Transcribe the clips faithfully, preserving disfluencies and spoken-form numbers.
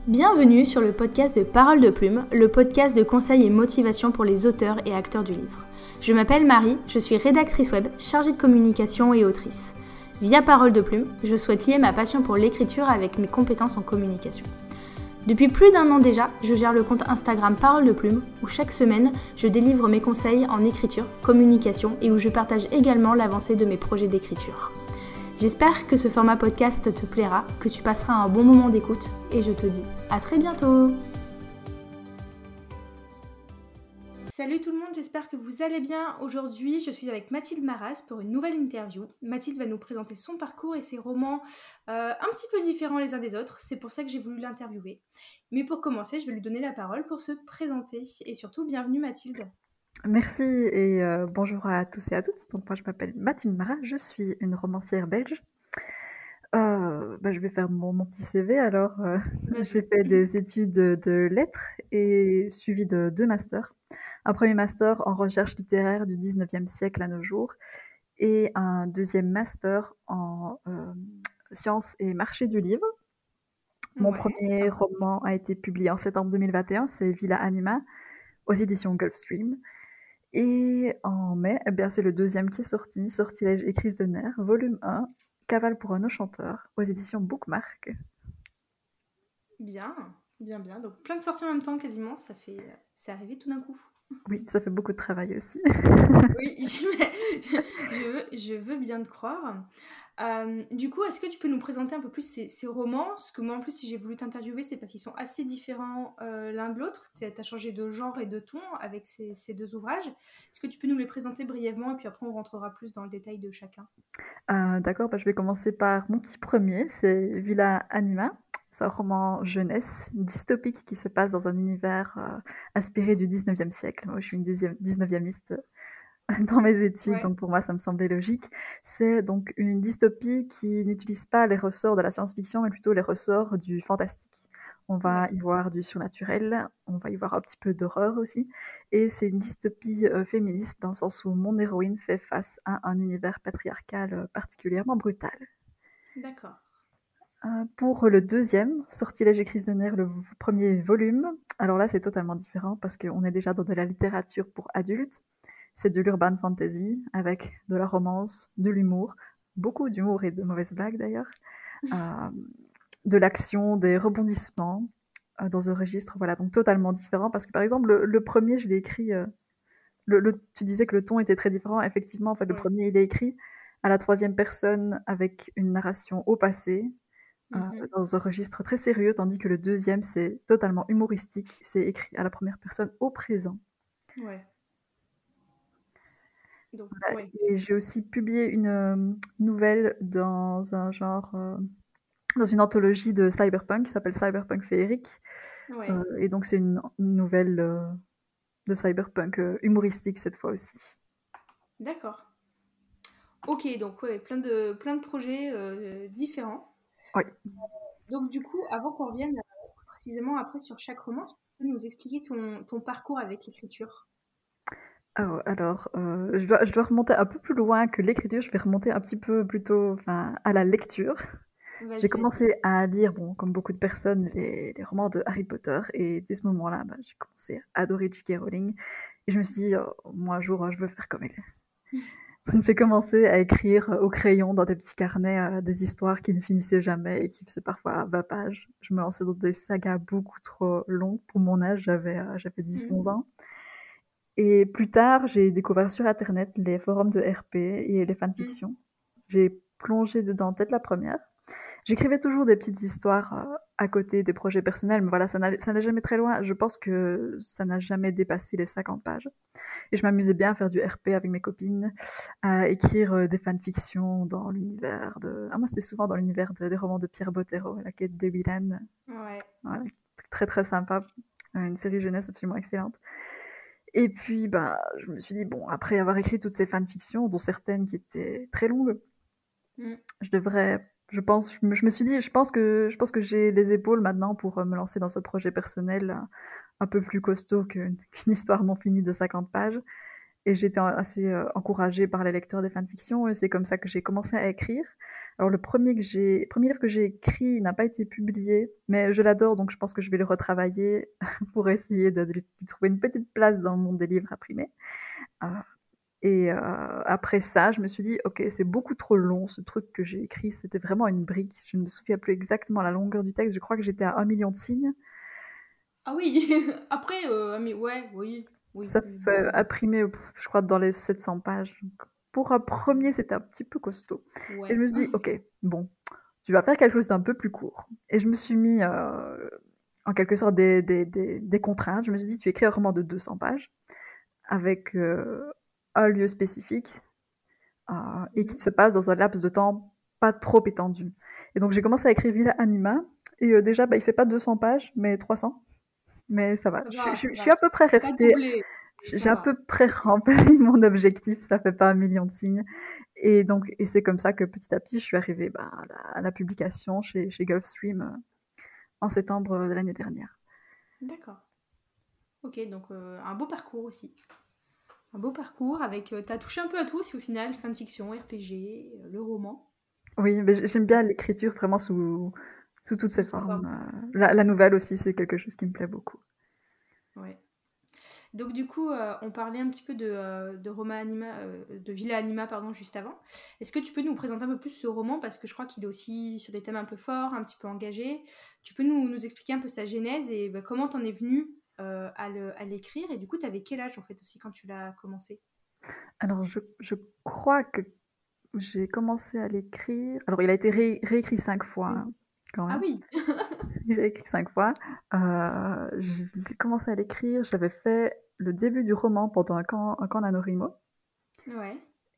Bienvenue sur le podcast de Parole de Plume, le podcast de conseils et motivation pour les auteurs et acteurs du livre. Je m'appelle Marie, je suis rédactrice web, chargée de communication et autrice. Via Parole de Plume, je souhaite lier ma passion pour l'écriture avec mes compétences en communication. Depuis plus d'un an déjà, je gère le compte Instagram Parole de Plume, où chaque semaine, je délivre mes conseils en écriture, communication et où je partage également l'avancée de mes projets d'écriture. J'espère que ce format podcast te plaira, que tu passeras un bon moment d'écoute et je te dis à très bientôt. Salut tout le monde, j'espère que vous allez bien. Aujourd'hui, je suis avec Mathilde Maras pour une nouvelle interview. Mathilde va nous présenter son parcours et ses romans euh, un petit peu différents les uns des autres. C'est pour ça que j'ai voulu l'interviewer. Mais pour commencer, je vais lui donner la parole pour se présenter. Et surtout, bienvenue Mathilde. Merci et euh, bonjour à tous et à toutes. Donc moi je m'appelle Mathilde Maras, je suis une romancière belge. Euh, bah, je vais faire mon, mon petit C V alors. Euh, j'ai fait des études de, de lettres et suivi de deux masters. Un premier master en recherche littéraire du dix-neuvième siècle à nos jours et un deuxième master en euh, sciences et marché du livre. Mon Ouais, premier sympa. roman a été publié en septembre deux mille vingt et un, c'est Villa Anima aux éditions Gulfstream. Et en mai, eh bien, c'est le deuxième qui est sorti, Sortilège et crise de nerfs, volume un, Cavale pour un enchanteur, aux éditions Bookmark. Bien, bien, bien. Donc plein de sorties en même temps quasiment, ça fait, c'est arrivé tout d'un coup. Oui, ça fait beaucoup de travail aussi. Oui, je, je veux, je veux bien te croire. Euh, du coup, est-ce que tu peux nous présenter un peu plus ces, ces romans? Parce que moi, en plus, si j'ai voulu t'interviewer, c'est parce qu'ils sont assez différents euh, l'un de l'autre. Tu as changé de genre et de ton avec ces, ces deux ouvrages. Est-ce que tu peux nous les présenter brièvement et puis après, on rentrera plus dans le détail de chacun? Euh, D'accord, bah, je vais commencer par mon petit premier, c'est Villa Anima. C'est un roman jeunesse, dystopique, qui se passe dans un univers euh, inspiré du dix-neuvième siècle. Moi, je suis une dix-neuviémiste dans mes études, Ouais, donc pour moi ça me semblait logique. C'est donc une dystopie qui n'utilise pas les ressorts de la science-fiction, mais plutôt les ressorts du fantastique. On va y d'accord. voir du surnaturel, on va y voir un petit peu d'horreur aussi, et c'est une dystopie euh, féministe dans le sens où mon héroïne fait face à un univers patriarcal euh, particulièrement brutal. D'accord. Euh, pour le deuxième, Sortilège et crise de nerfs, le v- premier volume, alors là c'est totalement différent parce qu'on est déjà dans de la littérature pour adultes. C'est de l'urban fantasy avec de la romance, de l'humour, beaucoup d'humour et de mauvaises blagues d'ailleurs, euh, de l'action, des rebondissements euh, dans un registre, voilà, donc totalement différent. Parce que par exemple, le, le premier, je l'ai écrit, euh, le, le- tu disais que le ton était très différent. Effectivement, en fait, le Ouais. premier, il est écrit à la troisième personne avec une narration au passé, euh, Mhm. dans un registre très sérieux, tandis que le deuxième, c'est totalement humoristique, c'est écrit à la première personne au présent. Ouais. Donc, Voilà. ouais. Et j'ai aussi publié une euh, nouvelle dans un genre, euh, dans une anthologie de cyberpunk qui s'appelle Cyberpunk féerique. Ouais. Euh, et donc c'est une, une nouvelle euh, de cyberpunk euh, humoristique cette fois aussi. D'accord. Ok, donc ouais, plein de, plein de projets euh, différents. Oui. Donc du coup, avant qu'on revienne euh, précisément après sur chaque roman, tu peux nous expliquer ton, ton parcours avec l'écriture? Ah ouais, alors, euh, je, dois, je dois remonter un peu plus loin que l'écriture, je vais remonter un petit peu plutôt enfin, à la lecture. J'ai Vas-y, vas-y. commencé à lire, bon, comme beaucoup de personnes, les, les romans de Harry Potter, et dès ce moment-là, bah, j'ai commencé à adorer J K. Rowling, et je me suis dit, oh, moi un jour, je veux faire comme elle. Donc j'ai commencé à écrire au crayon dans des petits carnets euh, des histoires qui ne finissaient jamais et qui faisaient parfois vingt pages. Je me lançais dans des sagas beaucoup trop longues pour mon âge, j'avais euh, j'avais dix onze Mhm. ans. Et plus tard, j'ai découvert sur internet les forums de R P et les Mhm. fanfictions. J'ai plongé dedans tête la première. J'écrivais toujours des petites histoires euh, à côté des projets personnels, mais voilà, ça n'allait ça n'allait jamais très loin. Je pense que ça n'a jamais dépassé les cinquante pages. Et je m'amusais bien à faire du R P avec mes copines, à écrire euh, des fanfictions dans l'univers de... Ah, moi, c'était souvent dans l'univers de- des romans de Pierre Bottero, La quête des Willan. Ouais. Voilà, très très sympa. Euh, Une série jeunesse absolument excellente. Et puis, bah, je me suis dit, bon, après avoir écrit toutes ces fanfictions, dont certaines qui étaient très longues, Mhm. je devrais, je pense, je me, je me suis dit, je pense que, je pense que j'ai les épaules maintenant pour euh, me lancer dans ce projet personnel euh, un peu plus costaud qu'une qu'une histoire non finie de cinquante pages. et j'étais assez euh, encouragée par les lecteurs des fanfictions, et c'est comme ça que j'ai commencé à écrire. Alors le premier que j'ai, premier livre que j'ai écrit n'a pas été publié, mais je l'adore, donc je pense que je vais le retravailler pour essayer de, de lui trouver une petite place dans le monde des livres imprimés. Euh, et euh, après ça, je me suis dit, ok, c'est beaucoup trop long ce truc que j'ai écrit, c'était vraiment une brique. Je ne me souviens plus exactement la longueur du texte, je crois que j'étais à un million de signes. Ah oui, après, euh, mais ouais, oui, oui, Ça oui, fait beaucoup. imprimer, je crois, dans les sept cents pages. Donc, pour un premier, c'était un petit peu costaud. Et je Ouais. me suis dit, ok, bon, tu vas faire quelque chose d'un peu plus court. Et je me suis mis, euh, en quelque sorte, des, des, des, des contraintes. Je me suis dit, tu écris un roman de deux cents pages, avec euh, un lieu spécifique, euh, et qui Mhm. se passe dans un laps de temps pas trop étendu. Et donc, j'ai commencé à écrire Villa Anima, et euh, déjà, bah, il fait pas deux cents pages, mais trois cents. Mais ça va. Ça Je, va, je, ça je va. suis à peu près C'est pas restée. doublé, mais ça J'ai à peu va. près rempli mon objectif, ça fait pas un million de signes. Et donc, et c'est comme ça que petit à petit, je suis arrivée bah, à, la, à la publication chez, chez Gulfstream euh, en septembre de l'année dernière. D'accord. Ok, donc euh, un beau parcours aussi. Un beau parcours avec. Euh, t'as touché un peu à tout aussi au final, fanfiction, R P G, euh, le roman, Oui, mais j'aime bien l'écriture vraiment sous, sous toutes ses sous toute formes. forme. Euh, La, la nouvelle aussi, c'est quelque chose qui me plaît beaucoup. Ouais. Donc du coup, euh, on parlait un petit peu de, euh, de Roma Anima, euh, de Villa Anima, pardon, juste avant. Est-ce que tu peux nous présenter un peu plus ce roman parce que je crois qu'il est aussi sur des thèmes un peu forts, un petit peu engagés. Tu peux nous, nous expliquer un peu sa genèse et bah, comment t'en es venu euh, à, le, à l'écrire et du coup, t'avais quel âge en fait aussi quand tu l'as commencé? Alors, je, je crois que j'ai commencé à l'écrire. Alors, il a été ré- réécrit cinq fois, Mm. hein, quand Ah même. oui. Il a écrit cinq fois. Euh, j'ai commencé à l'écrire, j'avais fait le début du roman pendant un camp, un camp d'Anorimo. Ouais.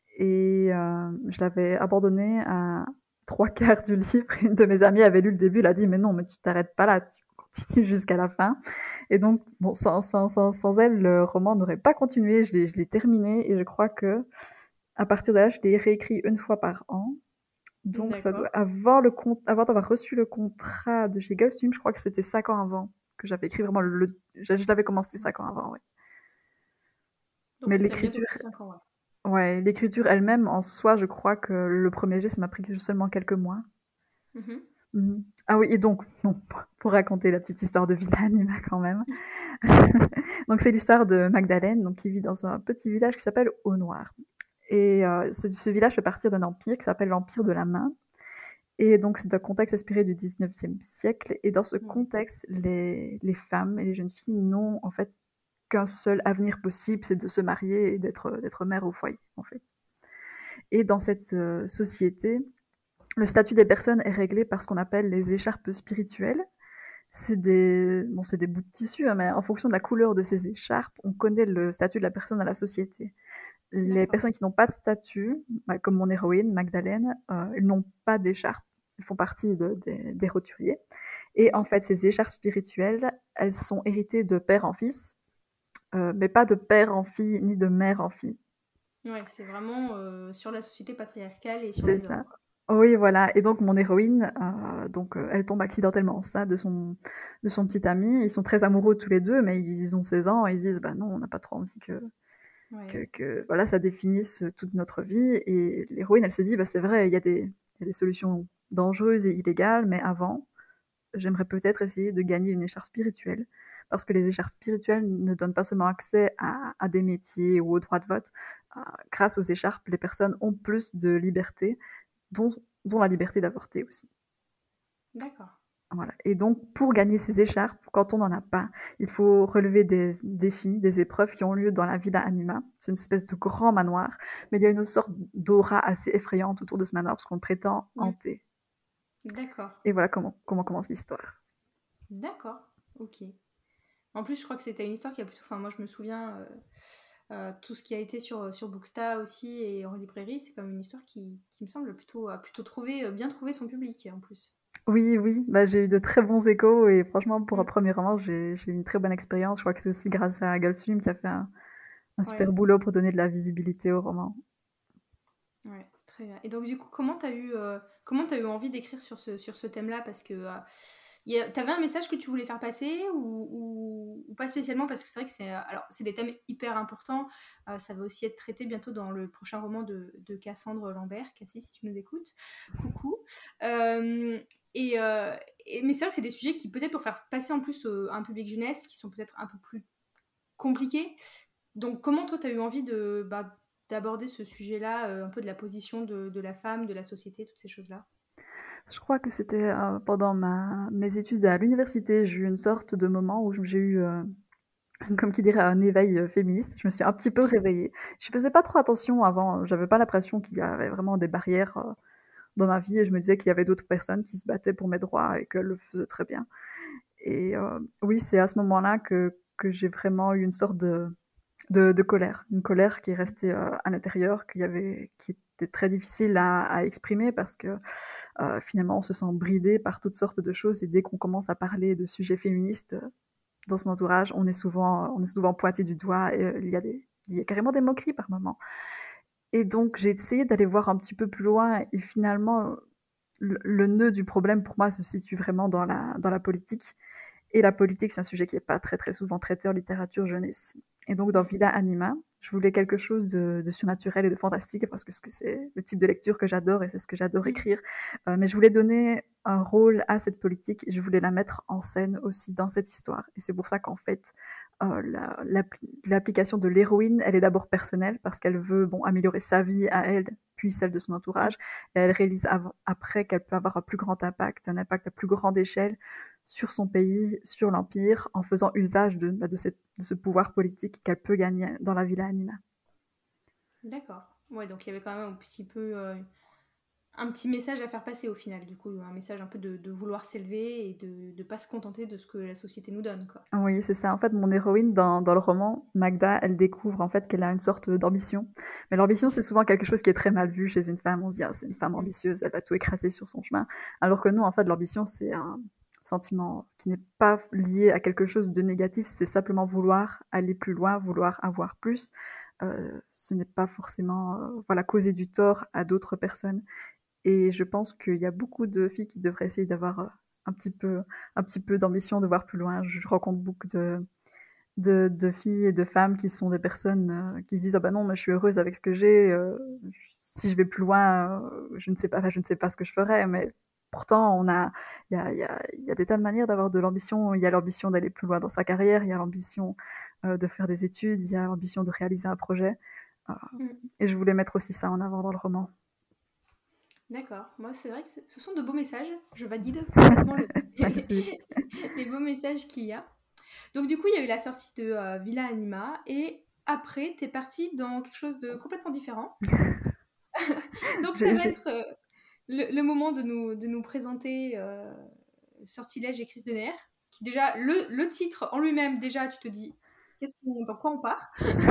Et euh, je l'avais abandonné à trois quarts du livre. Une de mes amies avait lu le début, elle a dit mais non, mais tu t'arrêtes pas là, tu continues jusqu'à la fin. Et donc, bon, sans, sans, sans, sans elle, le roman n'aurait pas continué. Je l'ai, je l'ai terminé et je crois que à partir de là, je l'ai réécrit une fois par an. Donc, ça doit D'accord. avoir le compte, avant d'avoir reçu le contrat de chez Gulfstream, je crois que c'était cinq ans avant que j'avais écrit vraiment le. Je, je l'avais commencé cinq ans avant, oui. Mais Donc oui, t'as mis à peu l'écriture, près cinq ans, ouais. ouais, l'écriture elle-même en soi, je crois que le premier jet, ça m'a pris seulement quelques mois. Mhm. Mhm. Ah oui, et donc, bon, pour raconter la petite histoire de Villa Anima quand même. Donc, c'est l'histoire de Magdalene, donc, qui vit dans un petit village qui s'appelle Au Noir. Et euh, ce, ce village fait partie d'un empire qui s'appelle l'Empire de la Main. Et donc, c'est un contexte inspiré du dix-neuvième siècle. Et dans ce Ouais. contexte, les, les femmes et les jeunes filles n'ont en fait qu'un seul avenir possible, c'est de se marier et d'être, d'être mère au foyer, en fait. Et dans cette euh, société, le statut des personnes est réglé par ce qu'on appelle les écharpes spirituelles. C'est des, bon, c'est des bouts de tissu, hein, mais en fonction de la couleur de ces écharpes, on connaît le statut de la personne dans la société. Les D'accord. personnes qui n'ont pas de statut, bah, comme mon héroïne, Magdalene, euh, elles n'ont pas d'écharpe. Elles font partie de, des, des roturiers. Et en Mhm. fait, ces écharpes spirituelles, elles sont héritées de père en fils, euh, mais pas de père en fille, ni de mère en fille. Ouais, c'est vraiment euh, sur la société patriarcale et sur C'est les hommes, ça. quoi. Oui, voilà. Et donc, mon héroïne, euh, donc, euh, elle tombe accidentellement enceinte de son, de son petit ami. Ils sont très amoureux tous les deux, mais ils ont seize ans et ils se disent, bah non, on n'a pas trop envie que, Ouais. que, que, voilà, ça définisse toute notre vie. Et l'héroïne, elle se dit, bah c'est vrai, il y a des, il y a des solutions dangereuses et illégales, mais avant, j'aimerais peut-être essayer de gagner une écharpe spirituelle. Parce que les écharpes spirituelles ne donnent pas seulement accès à, à des métiers ou au droit de vote. Euh, grâce aux écharpes, les personnes ont plus de liberté, dont, dont la liberté d'avorter aussi. D'accord. Voilà. Et donc, pour gagner ces écharpes, quand on n'en a pas, il faut relever des défis, des épreuves qui ont lieu dans la Villa Anima. C'est une espèce de grand manoir, mais il y a une sorte d'aura assez effrayante autour de ce manoir parce qu'on le prétend Mm. hanté. D'accord. Et voilà comment, comment commence l'histoire. D'accord. Ok. En plus, je crois que c'était une histoire qui a plutôt. Enfin, moi, je me souviens, euh, euh, tout ce qui a été sur, sur Booksta aussi et en librairie, c'est comme une histoire qui, qui me semble plutôt, a plutôt trouvé, euh, bien trouvé son public en plus. Oui, oui, bah, j'ai eu de très bons échos et franchement, pour un Mm. premier roman, j'ai j'ai eu une très bonne expérience. Je crois que c'est aussi grâce à Gulfstream qui a fait un, un Ouais. super boulot pour donner de la visibilité au roman. Ouais, c'est très bien. Et donc, du coup, comment t'as eu, euh, comment t'as eu envie d'écrire sur ce, sur ce thème-là? Parce que euh, y a, t'avais un message que tu voulais faire passer ou, ou, ou pas spécialement, parce que c'est vrai que c'est, alors, c'est des thèmes hyper importants. Euh, ça va aussi être traité bientôt dans le prochain roman de, de Cassandre Lambert. Cassie, si tu nous écoutes, coucou. Euh, et, euh, et, mais c'est vrai que c'est des sujets qui, peut-être pour faire passer en plus euh, un public jeunesse, qui sont peut-être un peu plus compliqués. Donc comment toi, tu as eu envie de, bah, d'aborder ce sujet-là, euh, un peu de la position de, de la femme, de la société, toutes ces choses-là? Je crois que c'était euh, pendant ma, mes études à l'université, j'ai eu une sorte de moment où j'ai eu, euh, comme qui dirait, un éveil euh, féministe. Je me suis un petit peu réveillée. Je faisais pas trop attention avant, j'avais pas l'impression qu'il y avait vraiment des barrières euh, dans ma vie et je me disais qu'il y avait d'autres personnes qui se battaient pour mes droits et qu'elles le faisaient très bien. Et euh, oui, c'est à ce moment-là que, que j'ai vraiment eu une sorte de, de, de colère, une colère qui est restée euh, à l'intérieur, qui, avait, qui était très difficile à, à exprimer parce que euh, finalement on se sent bridé par toutes sortes de choses et dès qu'on commence à parler de sujets féministes euh, dans son entourage, on est souvent, on est souvent pointé du doigt et euh, il y a des, il y a carrément des moqueries par moments. Et donc j'ai essayé d'aller voir un petit peu plus loin et finalement le, le nœud du problème pour moi se situe vraiment dans la, dans la politique. Et la politique, c'est un sujet qui n'est pas très très souvent traité en littérature jeunesse. Et donc dans Villa Anima, je voulais quelque chose de, de surnaturel et de fantastique parce que c'est le type de lecture que j'adore et c'est ce que j'adore écrire. Euh, mais je voulais donner un rôle à cette politique et je voulais la mettre en scène aussi dans cette histoire. Et c'est pour ça qu'en fait, euh, la, l'application de l'héroïne, elle est d'abord personnelle parce qu'elle veut bon, améliorer sa vie à elle, puis celle de son entourage. Et elle réalise av- après qu'elle peut avoir un plus grand impact, un impact à plus grande échelle sur son pays, sur l'Empire, en faisant usage de, de, cette, de ce pouvoir politique qu'elle peut gagner dans la Villa Anima. D'accord. Ouais, donc il y avait quand même un petit peu euh, un petit message à faire passer au final, du coup, un message un peu de, de vouloir s'élever et de ne pas se contenter de ce que la société nous donne, quoi. Oui, c'est ça. En fait, mon héroïne dans, dans le roman, Magda, elle découvre en fait qu'elle a une sorte d'ambition. Mais l'ambition, c'est souvent quelque chose qui est très mal vu chez une femme. On se dit, ah, c'est une femme ambitieuse, elle va tout écraser sur son chemin. Alors que non, en fait, l'ambition, c'est un sentiment qui n'est pas lié à quelque chose de négatif, c'est simplement vouloir aller plus loin, vouloir avoir plus. Euh, ce n'est pas forcément euh, voilà, causer du tort à d'autres personnes. Et je pense qu'il y a beaucoup de filles qui devraient essayer d'avoir euh, un petit peu, un petit peu d'ambition, de voir plus loin. Je rencontre beaucoup de, de, de filles et de femmes qui sont des personnes euh, qui se disent ah bah non, mais je suis heureuse avec ce que j'ai. Euh, si je vais plus loin, euh, je ne sais pas, enfin, je ne sais pas ce que je ferais. Mais pourtant, on a, il y a, il y a, il y a des tas de manières d'avoir de l'ambition. Il y a l'ambition d'aller plus loin dans sa carrière. Il y a l'ambition euh, de faire des études. Il y a l'ambition de réaliser un projet. Euh, Mm. et je voulais mettre aussi ça en avant dans le roman. D'accord. Moi, c'est vrai que ce ce sont de beaux messages. Je valide complètement le... Merci. les beaux messages qu'il y a. Donc, du coup, il y a eu la sortie de euh, Villa Anima et après, t'es partie dans quelque chose de complètement différent. Donc, ça J'ai, va j'ai... être euh, le, le moment de nous, de nous présenter euh, Sortilège et crise de nerfs. Qui déjà, le, le titre en lui-même, déjà, tu te dis, qu'est-ce qu'on, dans quoi on part?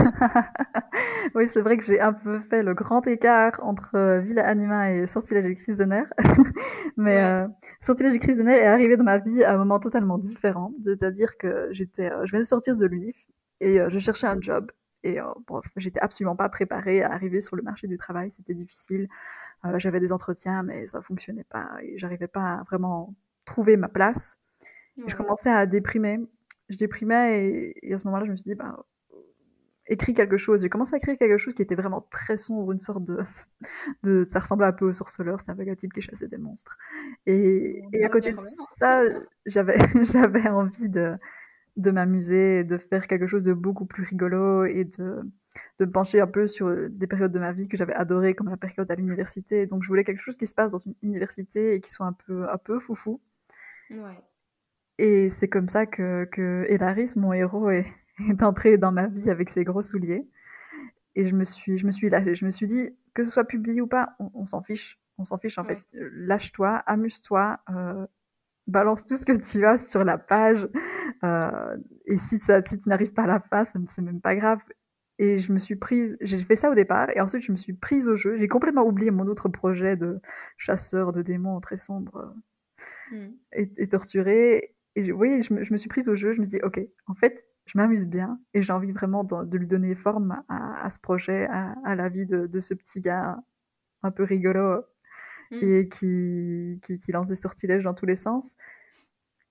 Oui, c'est vrai que j'ai un peu fait le grand écart entre euh, Villa Anima et Sortilège et crise de nerfs. Mais Ouais. euh, Sortilège et crise de nerfs est arrivé dans ma vie à un moment totalement différent. C'est-à-dire que j'étais, euh, je venais de sortir de l'U N I F et euh, je cherchais un job. Et euh, bon, j'étais absolument pas préparée à arriver sur le marché du travail. C'était difficile. Euh, j'avais des entretiens, mais ça fonctionnait pas. Et j'arrivais pas à vraiment trouver ma place. Et je Ouais. commençais à déprimer. Je déprimais et, et à ce moment-là, je me suis dit, bah, écrit quelque chose. J'ai commencé à écrire quelque chose qui était vraiment très sombre, une sorte de, de ça ressemblait un peu au sorceleur, c'était un peu un type qui chassait des monstres. Et, On et à parle côté bien de quand même, hein. ça, j'avais, j'avais envie de, de m'amuser, de faire quelque chose de beaucoup plus rigolo et de, de me pencher un peu sur des périodes de ma vie que j'avais adorées, comme la période à l'université. Donc je voulais quelque chose qui se passe dans une université et qui soit un peu, un peu foufou. Ouais. Et c'est comme ça que, que Elaris, mon héros, est, est entré dans ma vie avec ses gros souliers. Et je me suis, je me suis lâchée. Je me suis dit, que ce soit publié ou pas, on, on s'en fiche. On s'en fiche en Ouais. fait. Lâche-toi, amuse-toi, euh, balance tout ce que tu as sur la page. Euh, et si, ça, si tu n'arrives pas à la fin, c'est même pas grave. Et je me suis prise, j'ai fait ça au départ, et ensuite je me suis prise au jeu. J'ai complètement oublié mon autre projet de chasseur de démons très sombre Mm. et, et torturé. Et je, oui, je me, je me suis prise au jeu. Je me dis, ok, en fait, je m'amuse bien et j'ai envie vraiment de, de lui donner forme à, à ce projet, à, à la vie de, de ce petit gars un peu rigolo Mm. et qui, qui, qui lance des sortilèges dans tous les sens.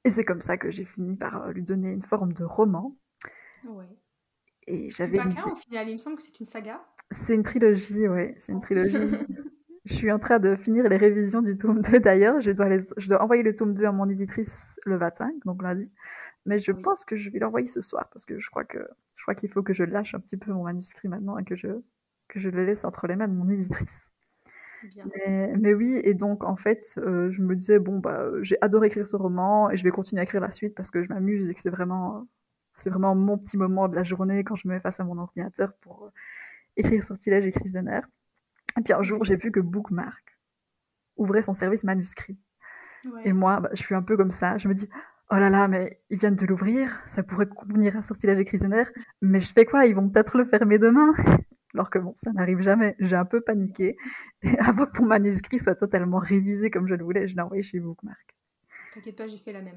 Et c'est comme ça que j'ai fini par lui donner une forme de roman. Ouais. Et j'avais Pas qu'un l'idée. au final, il me semble que c'est une saga. C'est une trilogie, ouais, c'est une En plus. trilogie. Je suis en train de finir les révisions du tome deux d'ailleurs. Je dois, les... je dois envoyer le tome deux à mon éditrice le vingt-cinq, donc lundi. Mais je Oui. pense que je vais l'envoyer ce soir parce que je crois que je crois qu'il faut que je lâche un petit peu mon manuscrit maintenant et que je que je le laisse entre les mains de mon éditrice. Bien. Mais, mais oui, et donc en fait, euh, je me disais bon bah j'ai adoré écrire ce roman et je vais continuer à écrire la suite parce que je m'amuse et que c'est vraiment c'est vraiment mon petit moment de la journée quand je me mets face à mon ordinateur pour écrire Sortilège et Crise de nerfs. Et puis un jour, Mhm. j'ai vu que Bookmark ouvrait son service manuscrit. Et Ouais. moi, bah, je suis un peu comme ça. Je me dis, oh là là, mais ils viennent de l'ouvrir, ça pourrait convenir à Sortilège et Crise de nerfs, mais je fais quoi? Ils vont peut-être le fermer demain. Alors que bon, ça n'arrive jamais. J'ai un peu paniqué. Et avant que mon manuscrit soit totalement révisé comme je le voulais, je l'ai envoyé chez Bookmark. T'inquiète pas, j'ai fait la même.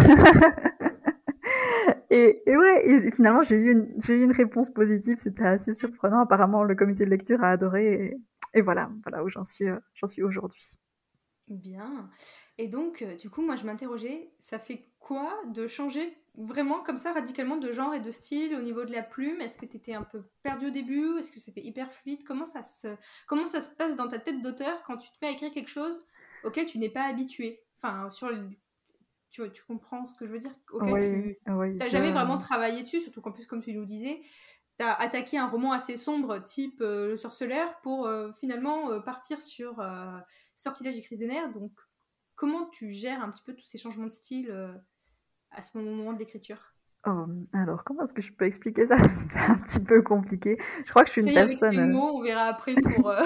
et, et ouais, et finalement, j'ai eu, une, j'ai eu une réponse positive. C'était assez surprenant. Apparemment, le comité de lecture a adoré. Et, et voilà, voilà où j'en suis, euh, j'en suis aujourd'hui. Bien. Et donc, euh, du coup, moi, je m'interrogeais, ça fait quoi de changer vraiment comme ça radicalement de genre et de style au niveau de la plume? Est-ce que tu étais un peu perdu au début? Est-ce que c'était hyper fluide? Comment ça se, comment ça se passe dans ta tête d'auteur quand tu te mets à écrire quelque chose auquel tu n'es pas habitué? Enfin, sur le- tu, tu comprends ce que je veux dire? Auquel Oui, tu oui, n'as je... jamais vraiment travaillé dessus, surtout qu'en plus, comme tu nous disais, t'as attaqué un roman assez sombre type euh, Le Sorceleur pour euh, finalement euh, partir sur euh, Sortilège et Crise de nerfs. Donc, comment tu gères un petit peu tous ces changements de style euh, à ce moment de l'écriture? Oh, alors, comment est-ce que je peux expliquer ça? C'est un petit peu compliqué. Je crois que je suis une Essaye avec personne... tes euh, mots, on verra après pour... euh,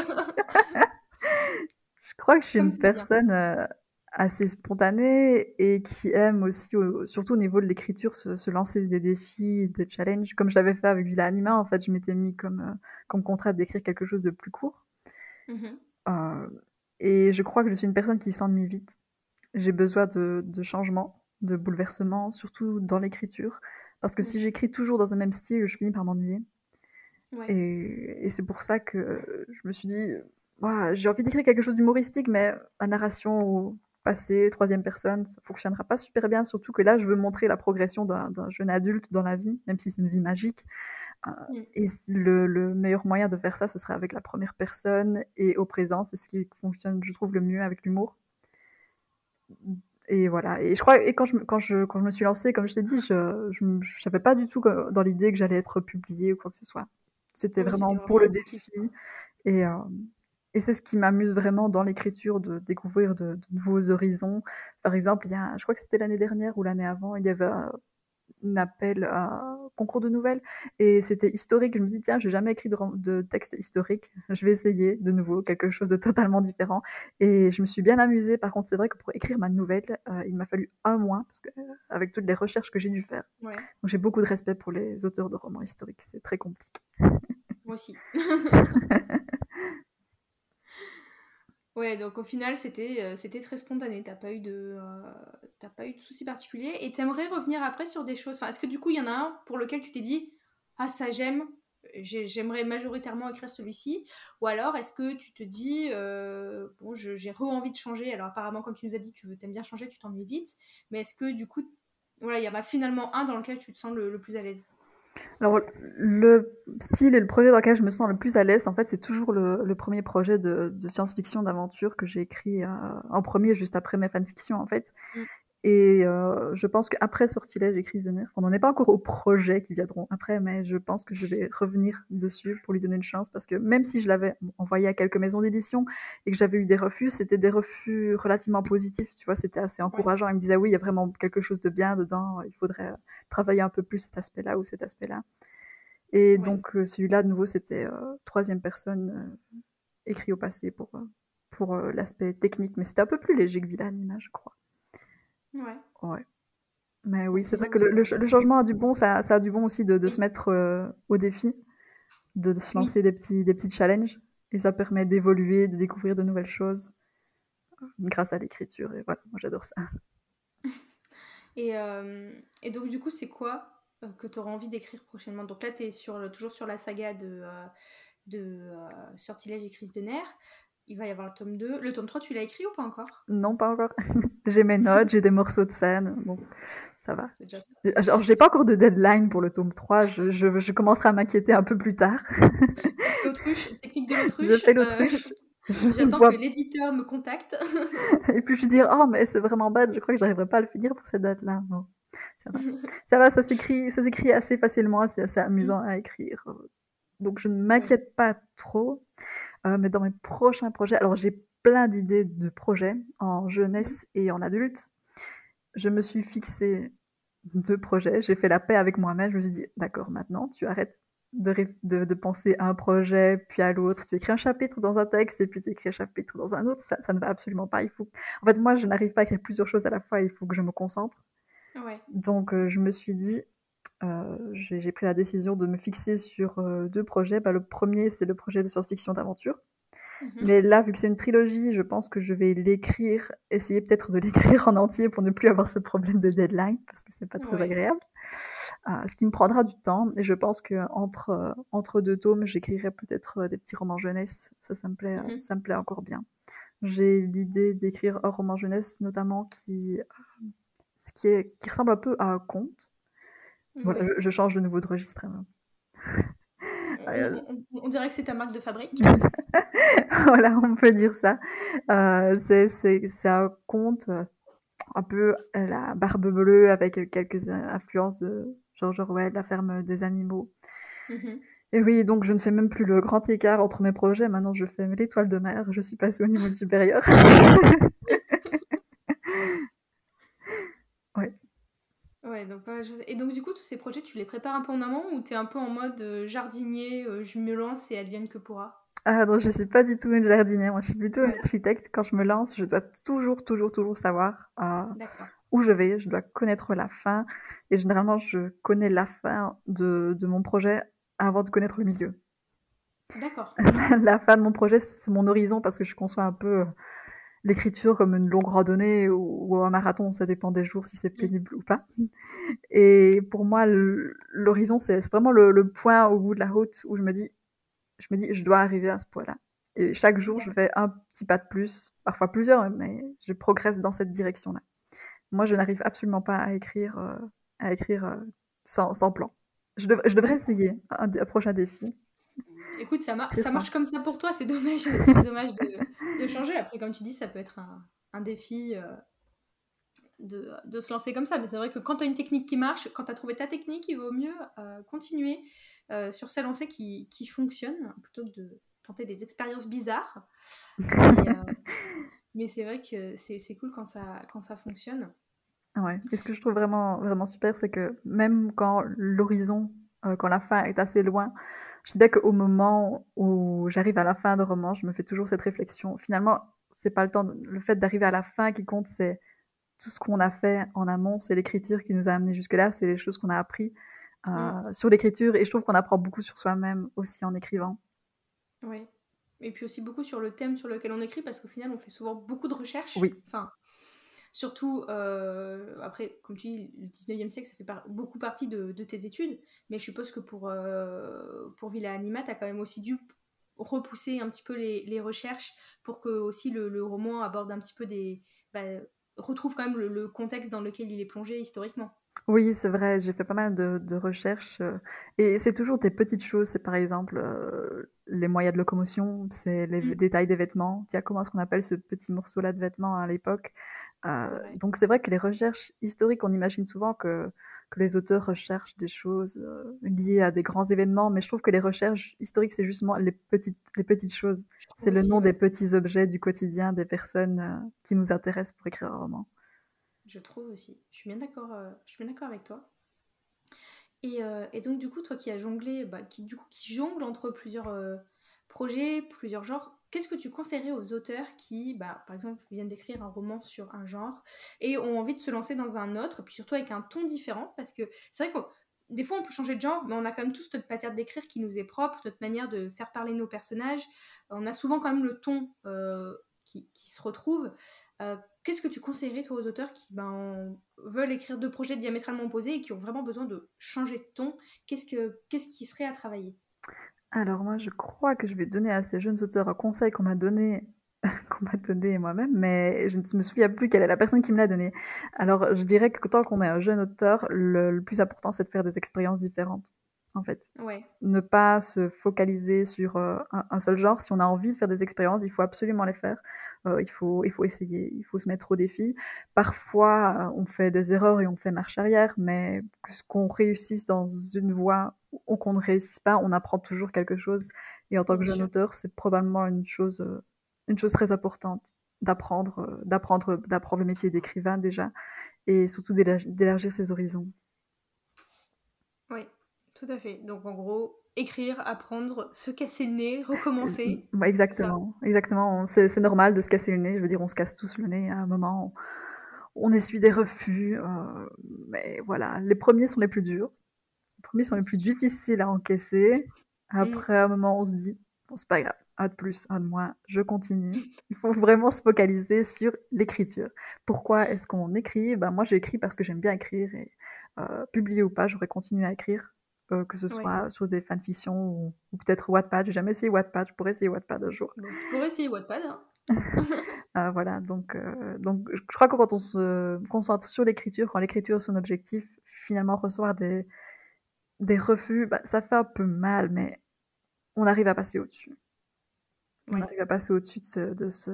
Je crois que je suis comme une ça vient. personne euh, assez spontanée et qui aime aussi, au- surtout au niveau de l'écriture, se, se lancer des défis, des challenges. Comme je l'avais fait avec Villa Anima, en fait, je m'étais mis comme, euh, comme contrat d'écrire quelque chose de plus court. Mhm. Euh, et je crois que je suis une personne qui s'ennuie vite. J'ai besoin de, de changement, de bouleversement, surtout dans l'écriture. Parce que si Mhm. j'écris toujours dans un même style, je finis par m'ennuyer. Ouais. Et, et c'est pour ça que je me suis dit, ouah, j'ai envie d'écrire quelque chose d'humoristique, mais la narration au passé, troisième personne, ça fonctionnera pas super bien, surtout que là, je veux montrer la progression d'un, d'un jeune adulte dans la vie, même si c'est une vie magique. Euh, Mhm. et le, le meilleur moyen de faire ça, ce serait avec la première personne et au présent, c'est ce qui fonctionne, je trouve, le mieux avec l'humour. Et voilà. Et je crois, et quand je, quand je, quand je me suis lancée, comme je t'ai dit, je, je, je n'avais pas du tout dans l'idée que j'allais être publiée ou quoi que ce soit. C'était Oui, c'était vraiment vraiment pour un le gros kiff, quoi. défi. Et, euh, et c'est ce qui m'amuse vraiment dans l'écriture, de découvrir de, de nouveaux horizons. Par exemple, il y a, je crois que c'était l'année dernière ou l'année avant, il y avait un, un appel à un concours de nouvelles et c'était historique. Je me dis, tiens, j'ai jamais écrit de, de texte historique. Je vais essayer de nouveau quelque chose de totalement différent. Et je me suis bien amusée. Par contre, c'est vrai que pour écrire ma nouvelle, euh, il m'a fallu un mois parce que, euh, avec toutes les recherches que j'ai dû faire. Ouais, Donc j'ai beaucoup de respect pour les auteurs de romans historiques. C'est très compliqué. moi aussi. Ouais, donc au final, c'était euh, c'était très spontané. T'as pas eu de euh, t'as pas eu de soucis particuliers. Et t'aimerais revenir après sur des choses. Enfin, est-ce que du coup, il y en a un pour lequel tu t'es dit, ah ça j'aime, j'ai- j'aimerais majoritairement écrire celui-ci. Ou alors, est-ce que tu te dis, euh, bon, je- j'ai re-envie de changer. Alors apparemment, comme tu nous as dit, tu veux t'aimes bien changer, tu t'ennuies vite. Mais est-ce que du coup, voilà, il y en a finalement un dans lequel tu te sens le, le plus à l'aise? Alors, le style et le projet dans lequel je me sens le plus à l'aise, en fait, c'est toujours le, le premier projet de, de science-fiction, d'aventure que j'ai écrit euh, en premier, juste après mes fanfictions, en fait. Mm. Et euh, je pense qu'après Sortilège et Crise de nerfs, on n'en est pas encore aux projets qui viendront après, mais je pense que je vais revenir dessus pour lui donner une chance, parce que même si je l'avais envoyé à quelques maisons d'édition et que j'avais eu des refus, c'était des refus relativement positifs, tu vois, c'était assez Ouais, encourageant. Ils me disaient, oui, il y a vraiment quelque chose de bien dedans, il faudrait travailler un peu plus cet aspect-là ou cet aspect-là. Et ouais. donc euh, celui-là, de nouveau, c'était euh, troisième personne, euh, écrit au passé pour, euh, pour euh, l'aspect technique, mais c'était un peu plus léger que Villa Anima, je crois. Ouais. Ouais. Mais oui, Bon, c'est vrai bien, que le, le, d'accord. le changement a du bon, ça, ça a du bon aussi de, de se Oui, mettre euh, au défi, de, de se oui. lancer des petits, des petits challenges. Et ça permet d'évoluer, de découvrir de nouvelles choses grâce à l'écriture. Et voilà, moi j'adore ça. Et, euh, et donc, du coup, c'est quoi euh, que tu auras envie d'écrire prochainement? Donc là, tu es sur, le- toujours sur la saga de, euh, de euh, Sortilège et Crise de nerfs. il va y avoir le tome deux. Le tome trois, tu l'as écrit ou pas encore? Non, pas encore. J'ai mes notes, j'ai des morceaux de scène, donc ça va. C'est déjà ça. Alors, j'ai pas encore de deadline pour le tome trois, je, je, je commencerai à m'inquiéter un peu plus tard. Tu fais l'autruche, technique de Je l'autruche. fais euh, l'autruche. Je ne J'attends que vois. l'éditeur me contacte. Et puis je dis, oh, mais c'est vraiment bête, je crois que j'arriverai pas à le finir pour cette date-là. Non, ça va. Ça va, ça s'écrit, ça s'écrit assez facilement, c'est assez amusant à écrire. Donc je ne Ouais. m'inquiète pas trop. Euh, mais dans mes prochains projets, alors j'ai plein d'idées de projets en jeunesse et en adulte. Je me suis fixé deux projets, j'ai fait la paix avec moi-même, je me suis dit, d'accord, maintenant tu arrêtes de, ré- de, de penser à un projet, puis à l'autre, tu écris un chapitre dans un texte, et puis tu écris un chapitre dans un autre, ça, ça ne va absolument pas. Il faut... En fait, moi, je n'arrive pas à écrire plusieurs choses à la fois, il faut que je me concentre. Ouais. Donc, euh, je me suis dit, euh, j'ai j'ai pris la décision de me fixer sur euh, deux projets. Bah, le premier, c'est le projet de science-fiction d'aventure. Mhm. Mais là, vu que c'est une trilogie, je pense que je vais l'écrire, essayer peut-être de l'écrire en entier pour ne plus avoir ce problème de deadline, parce que c'est pas très Ouais. agréable. Euh, ce qui me prendra du temps, et je pense que entre, euh, entre deux tomes, j'écrirai peut-être euh, des petits romans jeunesse. Ça, ça me plaît, euh, Mhm. ça me plaît encore bien. J'ai l'idée d'écrire un roman jeunesse, notamment qui, euh, ce qui, est, qui ressemble un peu à un conte. Voilà, Ouais. je, je change de nouveau de registre. Hein. On, Euh, on- on dirait que c'est ta marque de fabrique. voilà, on peut dire ça. Euh, c'est, c'est, c'est un conte euh, un peu à la Barbe Bleue avec quelques influences de George Orwell, La ferme des animaux. Mhm. Et oui, donc je ne fais même plus le grand écart entre mes projets. Maintenant, je fais l'étoile de mer. Je suis passée au niveau supérieur. Ouais. Ouais, donc, ouais, je sais. Et donc du coup, tous ces projets, tu les prépares un peu en amont ou t'es un peu en mode euh, jardinier, euh, je me lance et advienne que pourra? Ah non, je suis pas du tout une jardinière. Moi, je suis plutôt une Ouais, architecte. Quand je me lance, je dois toujours, toujours, toujours savoir euh, d'accord. où je vais. Je dois connaître la fin. Et généralement, je connais la fin de, de mon projet avant de connaître le milieu. D'accord. La fin de mon projet, c'est mon horizon parce que je conçois un peu euh, l'écriture comme une longue randonnée ou, ou un marathon. Ça dépend des jours si c'est Mm. pénible ou pas. Et pour moi, l'horizon, c'est vraiment le, le point au bout de la route où je me dis, je me dis, je dois arriver à ce point-là. Et chaque jour, je D'accord. fais un petit pas de plus, parfois plusieurs, mais je progresse dans cette direction-là. Moi, je n'arrive absolument pas à écrire, euh, à écrire euh, sans, sans plan. Je, dev- je devrais D'accord. essayer un, un prochain défi. Écoute, ça, mar- Écrire ça sans. marche comme ça pour toi, c'est dommage, ce serait dommage de, de changer. Après, comme tu dis, ça peut être un, un défi euh, de, de se lancer comme ça. Mais c'est vrai que quand tu as une technique qui marche, quand tu as trouvé ta technique, il vaut mieux euh, continuer euh, sur celle lancée qui, qui fonctionne plutôt que de tenter des expériences bizarres. Mais, euh, mais c'est vrai que c'est c'est cool quand ça, quand ça fonctionne. Ouais. Et ce que je trouve vraiment, vraiment super, c'est que même quand l'horizon, euh, quand la fin est assez loin, je sais bien qu'au moment où j'arrive à la fin de roman, je me fais toujours cette réflexion. Finalement, c'est pas le temps, de- le fait d'arriver à la fin qui compte, c'est tout ce qu'on a fait en amont, c'est l'écriture qui nous a amenés jusque-là, c'est les choses qu'on a appris Mm, euh, sur l'écriture. Et je trouve qu'on apprend beaucoup sur soi-même aussi en écrivant. ouais. Et puis aussi beaucoup sur le thème sur lequel on écrit, parce qu'au final, on fait souvent beaucoup de recherches. Oui, Enfin, surtout, euh, après, comme tu dis, le dix-neuvième siècle, ça fait par- beaucoup partie de, de tes études, mais je suppose que pour, euh, pour Villa Anima, tu as quand même aussi dû repousser un petit peu les, les recherches pour que aussi le, le roman aborde un petit peu des... bah, retrouve quand même le, le contexte dans lequel il est plongé historiquement. oui, c'est vrai, j'ai fait pas mal de, de recherches. euh, et c'est toujours des petites choses. C'est par exemple euh, les moyens de locomotion, c'est les v- Mm, détails des vêtements. Tiens, comment est-ce qu'on appelle ce petit morceau-là de vêtements à l'époque? c'est Euh, vrai. donc c'est vrai que les recherches historiques, on imagine souvent que, que les auteurs recherchent des choses euh, liées à des grands événements, mais je trouve que les recherches historiques, c'est justement les petites, les petites choses. Je trouve C'est le aussi, nom des ouais. petits objets du quotidien des personnes euh, qui nous intéressent pour écrire un roman. Je trouve aussi. Je suis bien d'accord, euh, je suis bien d'accord avec toi. Et, euh, et donc, du coup, toi qui as jonglé, bah, qui, du coup, qui jongle entre plusieurs euh, projets, plusieurs genres, qu'est-ce que tu conseillerais aux auteurs qui, bah, par exemple, viennent d'écrire un roman sur un genre et ont envie de se lancer dans un autre, puis surtout avec un ton différent? Parce que c'est vrai que des fois, on peut changer de genre, mais on a quand même tous notre matière d'écrire qui nous est propre, notre manière de faire parler nos personnages. On a souvent quand même le ton euh, qui, qui se retrouve. Euh, Qu'est-ce que tu conseillerais, toi, aux auteurs qui ben, veulent écrire deux projets diamétralement opposés et qui ont vraiment besoin de changer de ton? Qu'est-ce, que, qu'est-ce qui serait à travailler? Alors moi, je crois que je vais donner à ces jeunes auteurs un conseil qu'on m'a donné qu'on m'a donné moi-même, mais je ne me souviens plus quelle est la personne qui me l'a donné. Alors, je dirais que tant qu'on est un jeune auteur, le, le plus important, c'est de faire des expériences différentes, en fait. Ouais. Ne pas se focaliser sur euh, un, un seul genre. Si on a envie de faire des expériences, il faut absolument les faire. Euh, il faut, il faut essayer, il faut se mettre au défi. Parfois, euh, on fait des erreurs et on fait marche arrière, mais que ce qu'on réussisse dans une voie ou qu'on ne réussisse pas, on apprend toujours quelque chose. Et en tant que Bien jeune sûr. auteur, c'est probablement une chose, euh, une chose très importante d'apprendre, euh, d'apprendre, d'apprendre le métier d'écrivain déjà, et surtout d'élargir, d'élargir ses horizons. Oui, tout à fait. Donc en gros, écrire, apprendre, se casser le nez, recommencer. Euh, Ça. Exactement, exactement. C'est, c'est normal de se casser le nez. Je veux dire, on se casse tous le nez à un moment. On, on essuie des refus, euh, mais voilà, les premiers sont les plus durs. Les premiers sont les plus difficiles à encaisser. Mm. Après, à un moment, on se dit, bon, c'est pas grave, un de plus, un de moins, je continue. Il faut vraiment se focaliser sur l'écriture. Pourquoi est-ce qu'on écrit? Ben, moi, j'écris parce que j'aime bien écrire et euh, publier ou pas, j'aurais continué à écrire, euh, que ce Ouais. soit sur des fanfictions ou, ou peut-être Wattpad. J'ai jamais essayé Wattpad, je pourrais essayer Wattpad un jour. Bon, tu pourrais essayer Wattpad, hein. Euh, voilà, donc, euh, donc je crois que quand on se concentre sur l'écriture, quand l'écriture est son objectif, finalement recevoir des, des refus, bah, ça fait un peu mal, mais on arrive à passer au-dessus. On Ouais. arrive à passer au-dessus de, ce, de, ce,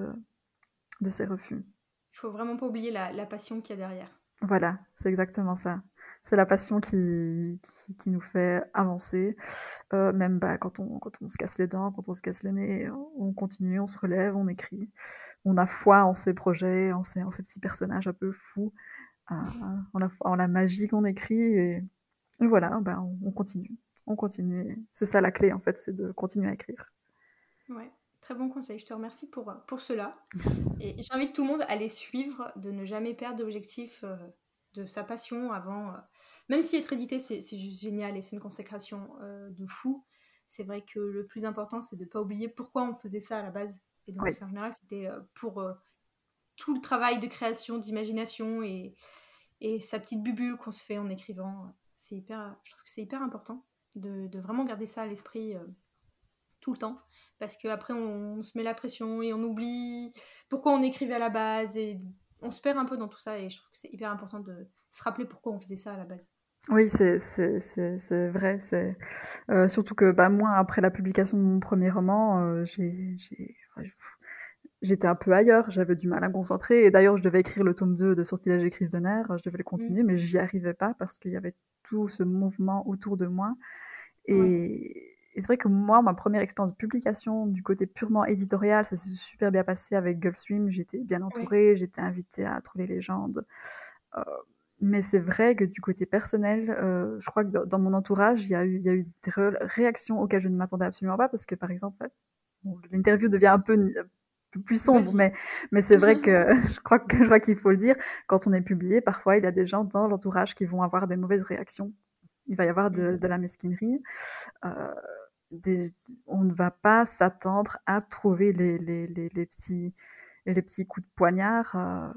de ces refus. Il faut vraiment pas oublier la, la passion qu'il y a derrière. Voilà, c'est exactement ça. C'est la passion qui, qui, qui nous fait avancer. Euh, même bah, quand, on, quand on se casse les dents, quand on se casse le nez, on continue, on se relève, on écrit. On a foi en ses projets, en ces, en ces petits personnages un peu fous, euh, en, la, en la magie qu'on écrit. Et, et voilà, bah, on, on continue. On continue. C'est ça la clé, en fait, c'est de continuer à écrire. Ouais. Très bon conseil, je te remercie pour, pour cela. Et j'invite tout le monde à les suivre, de ne jamais perdre d'objectif euh, de sa passion avant. euh, Même si être édité, c'est c'est juste génial et c'est une consécration euh, de fou, c'est vrai que le plus important, c'est de ne pas oublier pourquoi on faisait ça à la base. Et donc, Oui, c'est en général, c'était euh, pour euh, tout le travail de création, d'imagination et, et sa petite bulle qu'on se fait en écrivant. C'est hyper, je trouve que c'est hyper important de, de vraiment garder ça à l'esprit. euh, tout le temps, parce qu'après on, on se met la pression et on oublie pourquoi on écrivait à la base et on se perd un peu dans tout ça et je trouve que c'est hyper important de se rappeler pourquoi on faisait ça à la base. oui, c'est c'est c'est c'est vrai. C'est euh, surtout que bah moi après la publication de mon premier roman, euh, j'ai j'ai ouais, j'étais un peu ailleurs. J'avais du mal à me concentrer. Et d'ailleurs, je devais écrire le tome deux de Sortilège et crise de nerfs. Je devais le Mm. continuer, mais j'y arrivais pas parce qu'il y avait tout ce mouvement autour de moi. Ouais, Et, et c'est vrai que moi, ma première expérience de publication du côté purement éditorial, ça s'est super bien passé avec Gulfstream. J'étais bien ouais, entourée, j'étais invitée à Trouver les légendes. Euh, mais c'est vrai que du côté personnel, euh, je crois que dans, dans mon entourage, il y, a eu, il y a eu des ré- réactions auxquelles je ne m'attendais absolument pas, parce que par exemple, bon, l'interview devient un peu, un peu plus sombre, vas-y. mais, mais c'est vrai que je crois que je crois qu'il faut le dire, quand on est publié, parfois il y a des gens dans l'entourage qui vont avoir des mauvaises réactions. Il va y avoir de, Mm. de la mesquinerie. Euh, des, on ne va pas s'attendre à trouver les, les, les, les petits, les petits coups de poignard. Euh,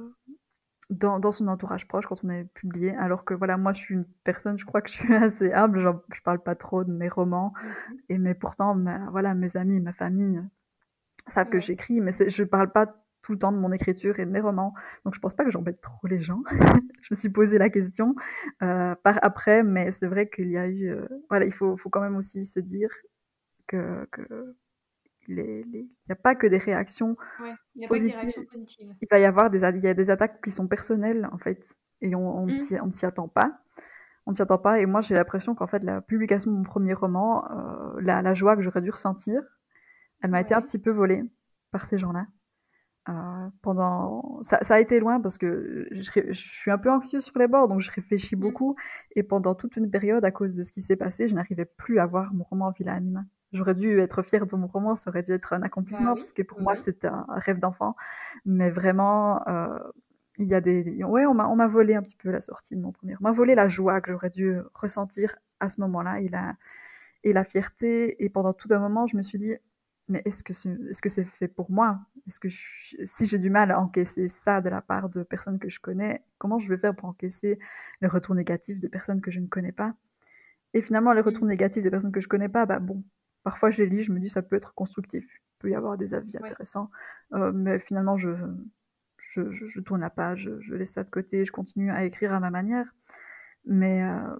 dans, dans son entourage proche quand on est publié. Alors que voilà, moi je suis une personne, je crois que je suis assez humble, genre, je parle pas trop de mes romans, Mhm. et mais pourtant, ma, voilà, mes amis, ma famille savent que Ouais. j'écris, mais c'est, je parle pas tout le temps de mon écriture et de mes romans, donc je pense pas que j'embête trop les gens. Je me suis posé la question euh, par après, mais c'est vrai qu'il y a eu, euh, voilà, il faut, faut quand même aussi se dire que, que les, les, il n'y a pas que des réactions Ouais, il n'y a pas que des positives, réactions positives. il va y avoir des, il y a des attaques qui sont personnelles en fait, et on, on ne Mm. s'y, on ne s'y attend pas. On ne s'y attend pas, et moi j'ai l'impression qu'en fait la publication de mon premier roman, euh, la, la joie que j'aurais dû ressentir, elle m'a été un Ouais. petit peu volée par ces gens-là. Euh, pendant, ça, ça a été loin parce que je, je suis un peu anxieuse sur les bords, donc je réfléchis Mm. beaucoup. Et pendant toute une période, à cause de ce qui s'est passé, je n'arrivais plus à voir mon roman Villa Anima. J'aurais dû être fière de mon roman, ça aurait dû être un Bah accomplissement, oui, parce que pour oui, moi oui. c'était un rêve d'enfant. Mais vraiment, euh, il y a des, ouais, on m'a, on m'a volé un petit peu la sortie de mon premier. On m'a volé la joie que j'aurais dû ressentir à ce moment-là, et la, et la fierté. Et pendant tout un moment, je me suis dit, mais est-ce que, ce, est-ce que c'est fait pour moi? Est-ce que je, si j'ai du mal à encaisser ça de la part de personnes que je connais, comment je vais faire pour encaisser les retours négatifs de personnes que je ne connais pas? Et finalement, les Mm. retours négatifs de personnes que je connais pas, bah bon, parfois je les lis, je me dis ça peut être constructif, il peut y avoir des avis Ouais. intéressants, euh, mais finalement je, je, je, je tourne la page, je, je laisse ça de côté, je continue à écrire à ma manière. Mais euh,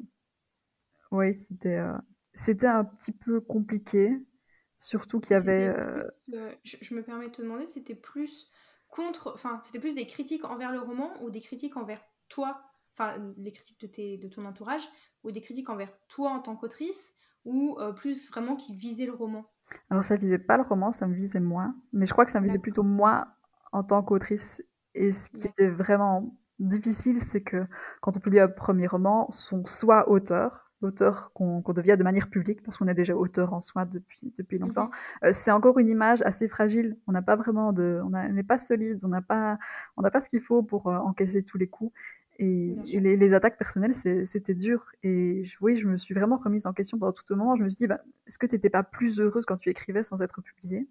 oui, c'était, euh, c'était un petit peu compliqué, surtout qu'il y avait... C'était euh, plus, euh, je, je me permets de te demander, c'était plus contre, enfin, c'était plus des critiques envers le roman ou des critiques envers toi, enfin, des critiques de, tes, de ton entourage, ou des critiques envers toi en tant qu'autrice, ou euh, plus vraiment qui visaient le roman. Alors ça visait pas le roman, ça me visait moi, mais je crois que ça me visait D'accord, plutôt moi en tant qu'autrice. Et ce qui était d'accord. vraiment difficile, c'est que quand on publie un premier roman, son soi auteur, l'auteur qu'on qu'on devient de manière publique, parce qu'on est déjà auteur en soi depuis, depuis longtemps, Mhm. euh, c'est encore une image assez fragile. On n'a pas vraiment de, on a- on n'est pas solide, on n'a pas, on n'a pas ce qu'il faut pour euh, encaisser tous les coups. Et, Bien et sûr. les, les attaques personnelles, c'est- c'était dur. Et je- oui, je me suis vraiment remise en question pendant tout le moment. Je me suis dit, bah, est-ce que tu n'étais pas plus heureuse quand tu écrivais sans être publiée?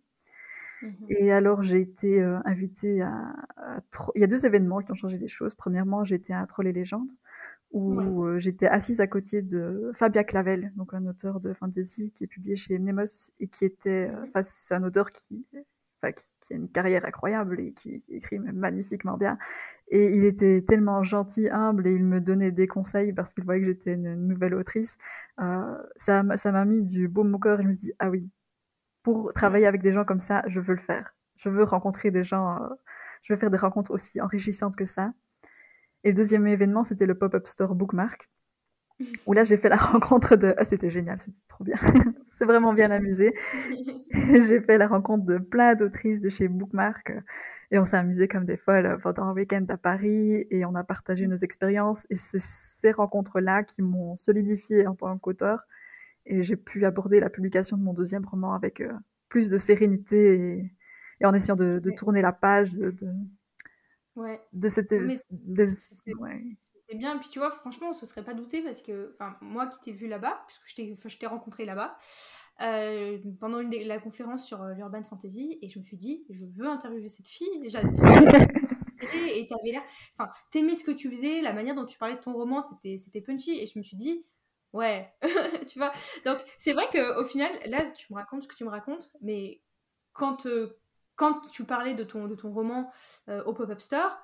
Mhm. Et alors, j'ai été euh, invitée à, à tro- il y a deux événements qui ont changé les choses. Premièrement, j'étais à Troll et Légendes, Ouais. où euh, j'étais assise à côté de Fabia Clavel, donc un auteur de fantasy qui est publié chez Nemos et qui était, euh, Mhm. enfin, c'est un auteur qui, enfin, qui, qui a une carrière incroyable et qui, qui écrit magnifiquement bien. Et il était tellement gentil, humble, et il me donnait des conseils parce qu'il voyait que j'étais une nouvelle autrice. Euh, ça, m'a- ça m'a mis du baume au cœur et je me suis dit, ah oui, pour travailler Ouais. avec des gens comme ça, je veux le faire. Je veux rencontrer des gens, euh, je veux faire des rencontres aussi enrichissantes que ça. Et le deuxième événement, c'était le pop-up store Bookmark, où là, j'ai fait la rencontre de... Ah, c'était génial, c'était trop bien. C'est vraiment bien amusé. J'ai fait la rencontre de plein d'autrices de chez Bookmark, euh, et on s'est amusé comme des folles pendant un week-end à Paris, et on a partagé nos expériences. Et c'est ces rencontres-là qui m'ont solidifié en tant qu'auteur, et j'ai pu aborder la publication de mon deuxième roman avec euh, plus de sérénité et, et en essayant de, de Ouais. tourner la page de, de, Ouais. de cette... Non, mais des- c'était ouais. c'était bien. Puis tu vois, franchement, on se serait pas douté parce que, enfin, moi qui t'ai vu là-bas, puisque je t'ai enfin, je t'ai rencontré là-bas, euh, pendant une des- la conférence sur euh, l'urban fantasy, et je me suis dit, je veux interviewer cette fille. J'a- Enfin, j'avais partagé et t'avais l'air, enfin, t'aimais ce que tu faisais, la manière dont tu parlais de ton roman, c'était c'était punchy, et je me suis dit, ouais, tu vois. Donc c'est vrai que au final, là, tu me racontes ce que tu me racontes, mais quand euh, quand tu parlais de ton de ton roman euh, au pop-up store,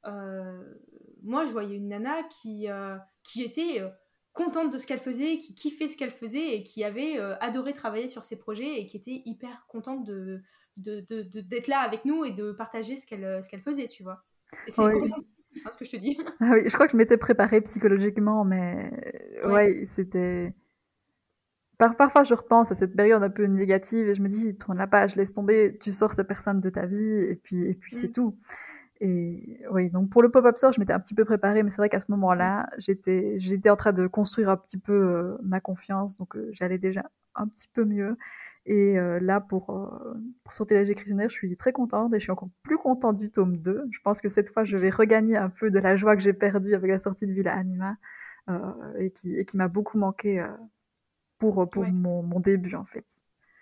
euh, moi je voyais une nana qui euh, qui était euh, contente de ce qu'elle faisait, qui kiffait ce qu'elle faisait et qui avait euh, adoré travailler sur ses projets et qui était hyper contente de, de, de- de- d'être là avec nous et de partager ce qu'elle, ce qu'elle faisait, tu vois. Et c'est Oui. complètement positif, hein, ce que je te dis. Ah oui, je crois que je m'étais préparée psychologiquement, mais euh, Ouais. ouais, c'était... Par, parfois, je repense à cette période un peu négative et je me dis, tourne la page, laisse tomber, tu sors cette personne de ta vie et puis, et puis c'est Mm. tout. Et oui, donc pour le pop-up store, je m'étais un petit peu préparée, mais c'est vrai qu'à ce moment-là, j'étais, j'étais en train de construire un petit peu euh, ma confiance, donc euh, j'allais déjà un petit peu mieux. Et euh, là, pour, euh, pour Sortilège et Crisonnière, je suis très contente et je suis encore plus contente du tome deux. Je pense que cette fois, je vais regagner un peu de la joie que j'ai perdue avec la sortie de Villa Anima euh, et qui, et qui m'a beaucoup manqué euh, pour, pour Ouais, mon, mon début, en fait.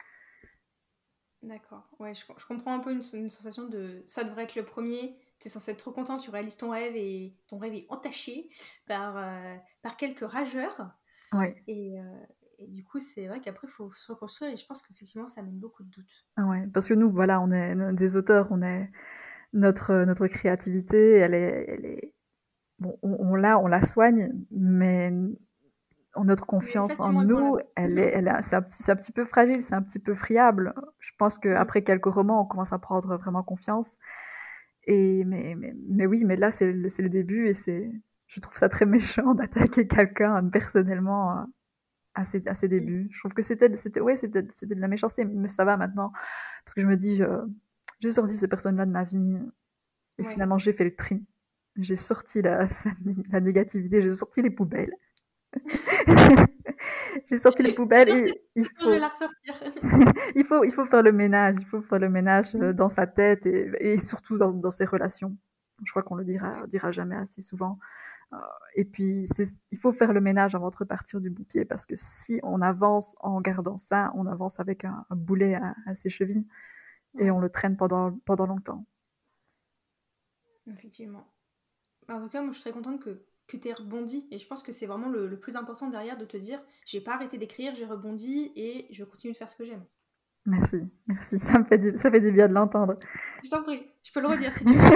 d'accord. Ouais, je, je comprends un peu une, une sensation de ça devrait être le premier. Tu es censé être trop content, tu réalises ton rêve et ton rêve est entaché par, euh, par quelques rageurs. Oui, Et, euh, et du coup, c'est vrai qu'après, il faut se reconstruire et je pense qu'effectivement, ça amène beaucoup de doutes. ouais, parce que nous, voilà, on est des auteurs, on est notre, notre créativité, elle est, elle est bon, on, on l'a, on la soigne, mais notre Mais confiance en facilement nous, ébranlable. elle est, elle est, c'est un petit, c'est un petit peu fragile, c'est un petit peu friable. Je pense Mm. qu'après quelques romans, on commence à prendre vraiment confiance. Et mais, mais, mais oui, mais là, c'est le, c'est le début et c'est, je trouve ça très méchant d'attaquer quelqu'un personnellement euh, à ses, à ses Mm. débuts. Je trouve que c'était, c'était, ouais, c'était, c'était de la méchanceté, mais ça va maintenant parce que je me dis, euh, j'ai sorti ces personnes-là de ma vie et Ouais. finalement j'ai fait le tri. J'ai sorti la, la négativité, j'ai sorti les poubelles. J'ai sorti les poubelles et il Je vais faut, la ressortir. il faut, il faut faire le ménage, il faut faire le ménage euh, Mm. dans sa tête et, et surtout dans, dans ses relations. Je crois qu'on le Ouais. dira, dira jamais assez souvent. Euh, et puis, c'est, il faut faire le ménage avant de repartir du bon pied parce que si on avance en gardant ça, on avance avec un, un boulet à, à ses chevilles et Ouais. on le traîne pendant, pendant longtemps. Effectivement. En tout cas, moi, je suis très contente que que tu aies rebondi. Et je pense que c'est vraiment le, le plus important derrière, de te dire, j'ai pas arrêté d'écrire, j'ai rebondi et je continue de faire ce que j'aime. Merci, merci, ça me fait du, ça fait du bien de l'entendre. Je t'en prie, je peux le redire si tu veux.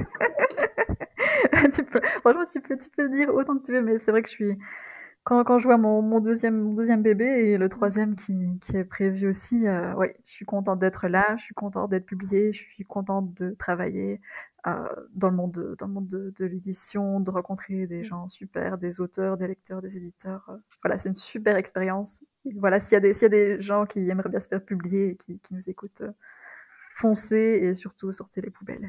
tu peux, franchement, tu peux, tu peux le dire autant que tu veux, mais c'est vrai que je suis, quand, quand je vois mon, mon, deuxième, mon deuxième bébé et le troisième qui, qui est prévu aussi, euh, ouais, je suis contente d'être là, je suis contente d'être publiée, je suis contente de travailler euh, dans le monde, de, dans le monde de, de l'édition, de rencontrer des gens super, des auteurs, des lecteurs, des éditeurs. Euh, voilà, c'est une super expérience. Et voilà, s'il y a des, s'il y a des gens qui aimeraient bien se faire publier et qui, qui nous écoutent, euh, foncez et surtout sortez les poubelles.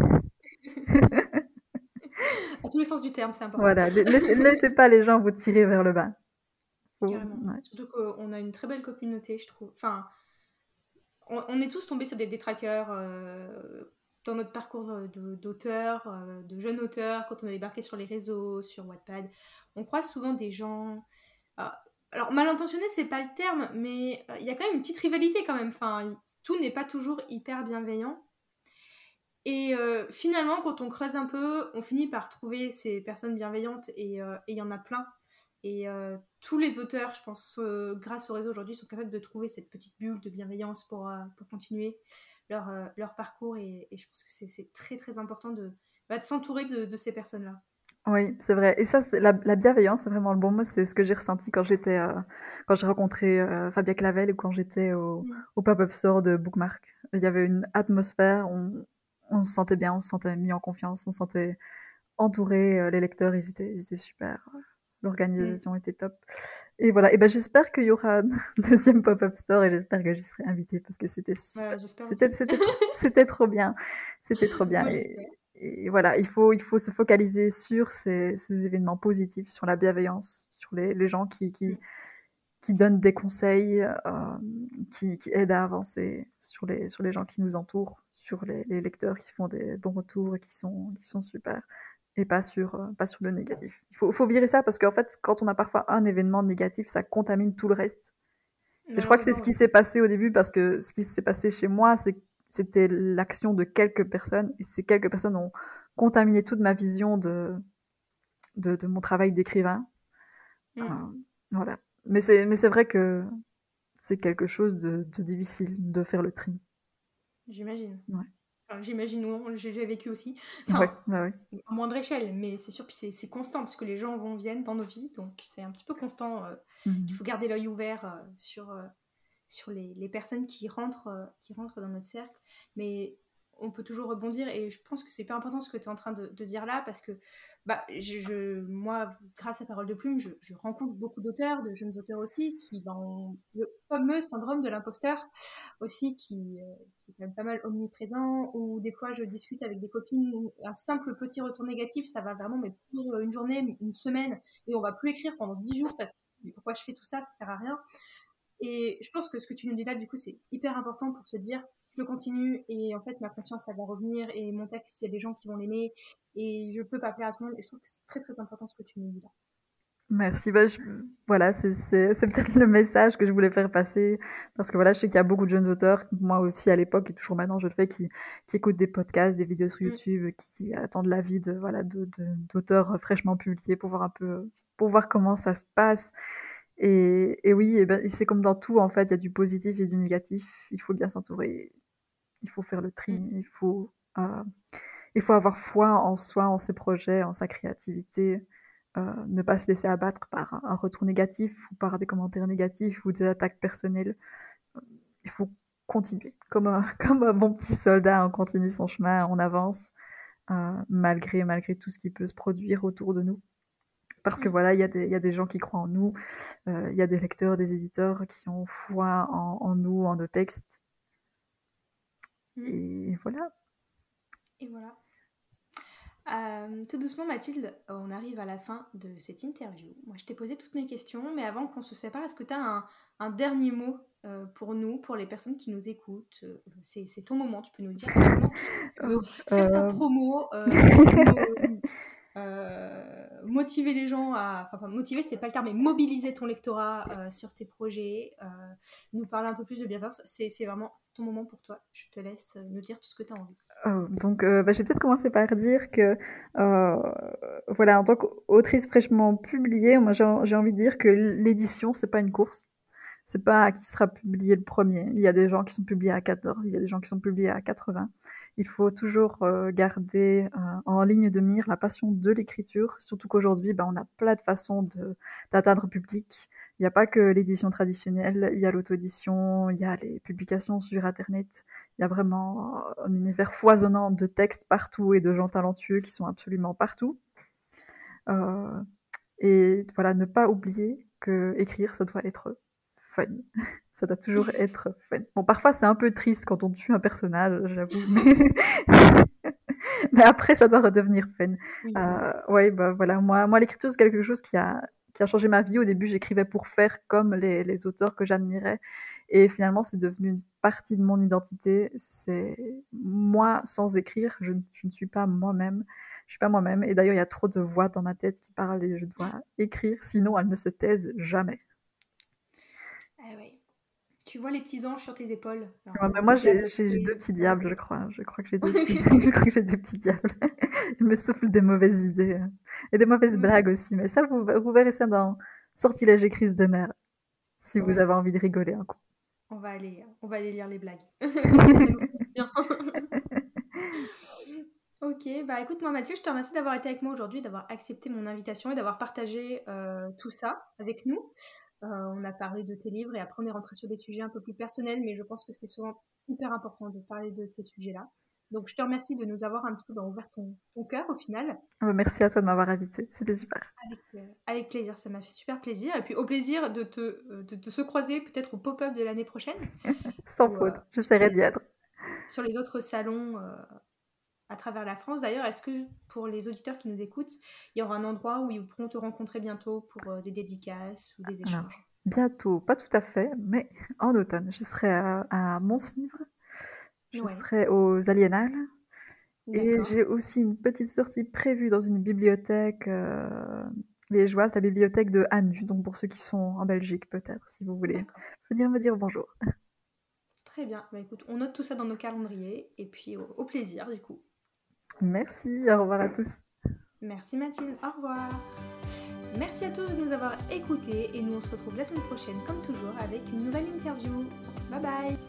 À tous les sens du terme, c'est important. Voilà, laissez, laissez pas les gens vous tirer vers le bas. Faut, Carrément. ouais. Surtout qu'on a une très belle communauté, je trouve. Enfin, on, on est tous tombés sur des détraqueurs euh, dans notre parcours de, d'auteur, euh, de jeune auteur, quand on a débarqué sur les réseaux, sur Wattpad. On croise souvent des gens... Alors, alors mal intentionnés, c'est pas le terme, mais il euh, y a quand même une petite rivalité quand même. Enfin, tout n'est pas toujours hyper bienveillant. Et euh, finalement, quand on creuse un peu, on finit par trouver ces personnes bienveillantes et il euh, y en a plein. Et euh, tous les auteurs, je pense, euh, grâce au réseau aujourd'hui, sont capables de trouver cette petite bulle de bienveillance pour, euh, pour continuer leur, euh, leur parcours. Et, et je pense que c'est, c'est très, très important de, bah, de s'entourer de, de ces personnes-là. Oui, c'est vrai. Et ça, c'est la, la bienveillance, c'est vraiment le bon mot. C'est ce que j'ai ressenti quand j'étais, euh, quand j'ai rencontré euh, Fabien Clavel ou quand j'étais au, Mm. au pop-up store de Bookmark. Il y avait une atmosphère, on, on se sentait bien, on se sentait mis en confiance, on se sentait entouré. euh, Les lecteurs, ils étaient, ils étaient super. L'organisation Mm. était top. Et voilà. Et ben, j'espère qu'il y aura un deuxième pop-up store et j'espère que j'y serai invitée parce que c'était super. Ouais, j'espère C'était, aussi. c'était, c'était trop bien. C'était trop bien. Moi, Et, j'espère. et voilà, il faut, il faut se focaliser sur ces, ces événements positifs, sur la bienveillance, sur les, les gens qui, qui, Mm. qui donnent des conseils, euh, qui, qui aident à avancer, sur les, sur les gens qui nous entourent, sur les, les lecteurs qui font des bons retours et qui sont, qui sont super, et pas sur, euh, pas sur le négatif. Il faut, faut virer ça parce qu'en fait, quand on a parfois un événement négatif, ça contamine tout le reste. Et je crois que c'est ce qui Ouais. s'est passé au début parce que ce qui s'est passé chez moi, c'est c'était l'action de quelques personnes et ces quelques personnes ont contaminé toute ma vision de, de, de mon travail d'écrivain. Mm. Euh, voilà. Mais c'est, mais c'est vrai que c'est quelque chose de, de difficile de faire le tri. J'imagine. Ouais. Enfin, j'imagine, non, j'ai, j'ai vécu aussi. Ouais, Enfin, bah ouais. à moindre échelle, mais c'est sûr que c'est, c'est constant, parce que les gens vont, viennent dans nos vies, donc c'est un petit peu constant. Euh, Mhm. il faut garder l'œil ouvert euh, sur, euh, sur les, les personnes qui rentrent, euh, qui rentrent dans notre cercle. Mais on peut toujours rebondir, et je pense que c'est hyper important ce que tu es en train de, de dire là, parce que bah, je, je, moi, grâce à Parole de Plume, je, je rencontre beaucoup d'auteurs, de jeunes auteurs aussi, qui bah, ont le fameux syndrome de l'imposteur aussi, qui, euh, qui est quand même pas mal omniprésent, ou des fois je discute avec des copines où un simple petit retour négatif, ça va vraiment mais pour une journée, une semaine, et on va plus écrire pendant dix jours parce que pourquoi je fais tout ça, ça sert à rien. Et je pense que ce que tu nous dis là, du coup, c'est hyper important pour se dire, je continue, et en fait, ma confiance, elle va revenir, et mon texte, il y a des gens qui vont l'aimer, et je peux pas plaire à tout le monde, et je trouve que c'est très très important ce que tu nous dis là. Merci. Bah, je- voilà, c'est, c'est, c'est peut-être le message que je voulais faire passer. Parce que voilà, je sais qu'il y a beaucoup de jeunes auteurs, moi aussi à l'époque, et toujours maintenant je le fais, qui, qui écoutent des podcasts, des vidéos sur Mm. YouTube, qui, qui attendent l'avis de, voilà, de, de, d'auteurs fraîchement publiés pour voir un peu, pour voir comment ça se passe. Et, et oui, et ben, c'est comme dans tout, en fait, il y a du positif et du négatif. Il faut bien s'entourer. Il faut faire le tri. Mm. Il faut, euh, il faut avoir foi en soi, en ses projets, en sa créativité. Euh, ne pas se laisser abattre par un retour négatif ou par des commentaires négatifs ou des attaques personnelles. Il faut continuer. Comme un, comme un bon petit soldat, on continue son chemin, on avance, euh, malgré, malgré tout ce qui peut se produire autour de nous. Parce que Mm. voilà, il y, a des, y a des gens qui croient en nous, il euh, y a des lecteurs, des éditeurs qui ont foi en, en nous, en nos textes. Mm. Et voilà. Et voilà. Euh, tout doucement, Mathilde, on arrive à la fin de cette interview. Moi, je t'ai posé toutes mes questions, mais avant qu'on se sépare, est-ce que tu as un, un dernier mot euh, pour nous, pour les personnes qui nous écoutent? euh, c'est, c'est ton moment, tu peux nous dire absolument tout ce que tu veux. Oh, Faire ta euh... promo, euh, nos, euh, euh, motiver les gens à... Enfin, motiver, c'est pas le terme, mais mobiliser ton lectorat euh, sur tes projets, euh, nous parler un peu plus de bienveillance. C'est, c'est vraiment ton moment pour toi. Je te laisse nous dire tout ce que tu as envie. Oh, donc, euh, bah, je vais peut-être commencer par dire que, euh, voilà, en tant qu'autrice fraîchement publiée, moi, j'ai, j'ai envie de dire que l'édition, c'est pas une course. C'est pas qui sera publié le premier. Il y a des gens qui sont publiés à quatorze, il y a des gens qui sont publiés à quatre-vingts. Il faut toujours euh, garder euh, en ligne de mire la passion de l'écriture, surtout qu'aujourd'hui, bah, on a plein de façons de, d'atteindre le public. Il n'y a pas que l'édition traditionnelle, il y a l'auto-édition, il y a les publications sur Internet. Il y a vraiment un univers foisonnant de textes partout et de gens talentueux qui sont absolument partout. Euh, et voilà, ne pas oublier que écrire, ça doit être fun. Ça doit toujours être fun. Bon, parfois c'est un peu triste quand on tue un personnage, j'avoue, mais, mais après ça doit redevenir fun. Oui. Euh, ouais, bah voilà, moi, moi l'écriture c'est quelque chose qui a, qui a changé ma vie. Au début, j'écrivais pour faire comme les, les auteurs que j'admirais, et finalement c'est devenu une partie de mon identité. C'est moi sans écrire, je, je ne suis pas moi-même. Je suis pas moi-même, et d'ailleurs il y a trop de voix dans ma tête qui parlent et je dois écrire, sinon elles ne se taisent jamais. Ah ouais. Tu vois les petits anges sur tes épaules. Alors, Ouais, les bah moi, petits j'ai diables. j'ai deux petits diables, je crois. Je crois que j'ai deux, petits... je crois que j'ai deux petits diables. Ils me soufflent des mauvaises idées euh, et des mauvaises blagues aussi. Mais ça, vous, vous verrez ça dans Sortilège et crise de nerfs, si vous Ouais. avez envie de rigoler un coup. On va aller, on va aller lire les blagues. Ça nous fait bien. Ok, bah écoute, moi Mathilde, je te remercie d'avoir été avec moi aujourd'hui, d'avoir accepté mon invitation et d'avoir partagé euh, tout ça avec nous. Euh, on a parlé de tes livres et après on est rentré sur des sujets un peu plus personnels, mais je pense que c'est souvent hyper important de parler de ces sujets-là. Donc je te remercie de nous avoir un petit peu bah, ouvert ton, ton cœur au final. Ah bah, merci à toi de m'avoir invité. C'était super. Avec, euh, avec plaisir, ça m'a fait super plaisir. Et puis au plaisir de, te, euh, de, de se croiser peut-être au pop-up de l'année prochaine. Sans Ou, faute, euh, sur, j'essaierai les, d'y être. sur les autres salons euh, à travers la France. D'ailleurs, est-ce que pour les auditeurs qui nous écoutent, il y aura un endroit où ils pourront te rencontrer bientôt pour euh, des dédicaces ou des échanges? Alors, bientôt, pas tout à fait, mais en automne, je serai à, à Monsnivre, je Ouais, serai aux Aliénales, et d'accord. j'ai aussi une petite sortie prévue dans une bibliothèque euh, liégeoise, la bibliothèque de Hannu. Donc pour ceux qui sont en Belgique, peut-être, si vous voulez D'accord. venir me dire bonjour. Très bien. Bah, écoute, on note tout ça dans nos calendriers et puis au, au plaisir du coup. Merci, au revoir à tous. Merci Mathilde, au revoir. Merci à tous de nous avoir écoutés et nous on se retrouve la semaine prochaine comme toujours avec une nouvelle interview. Bye bye.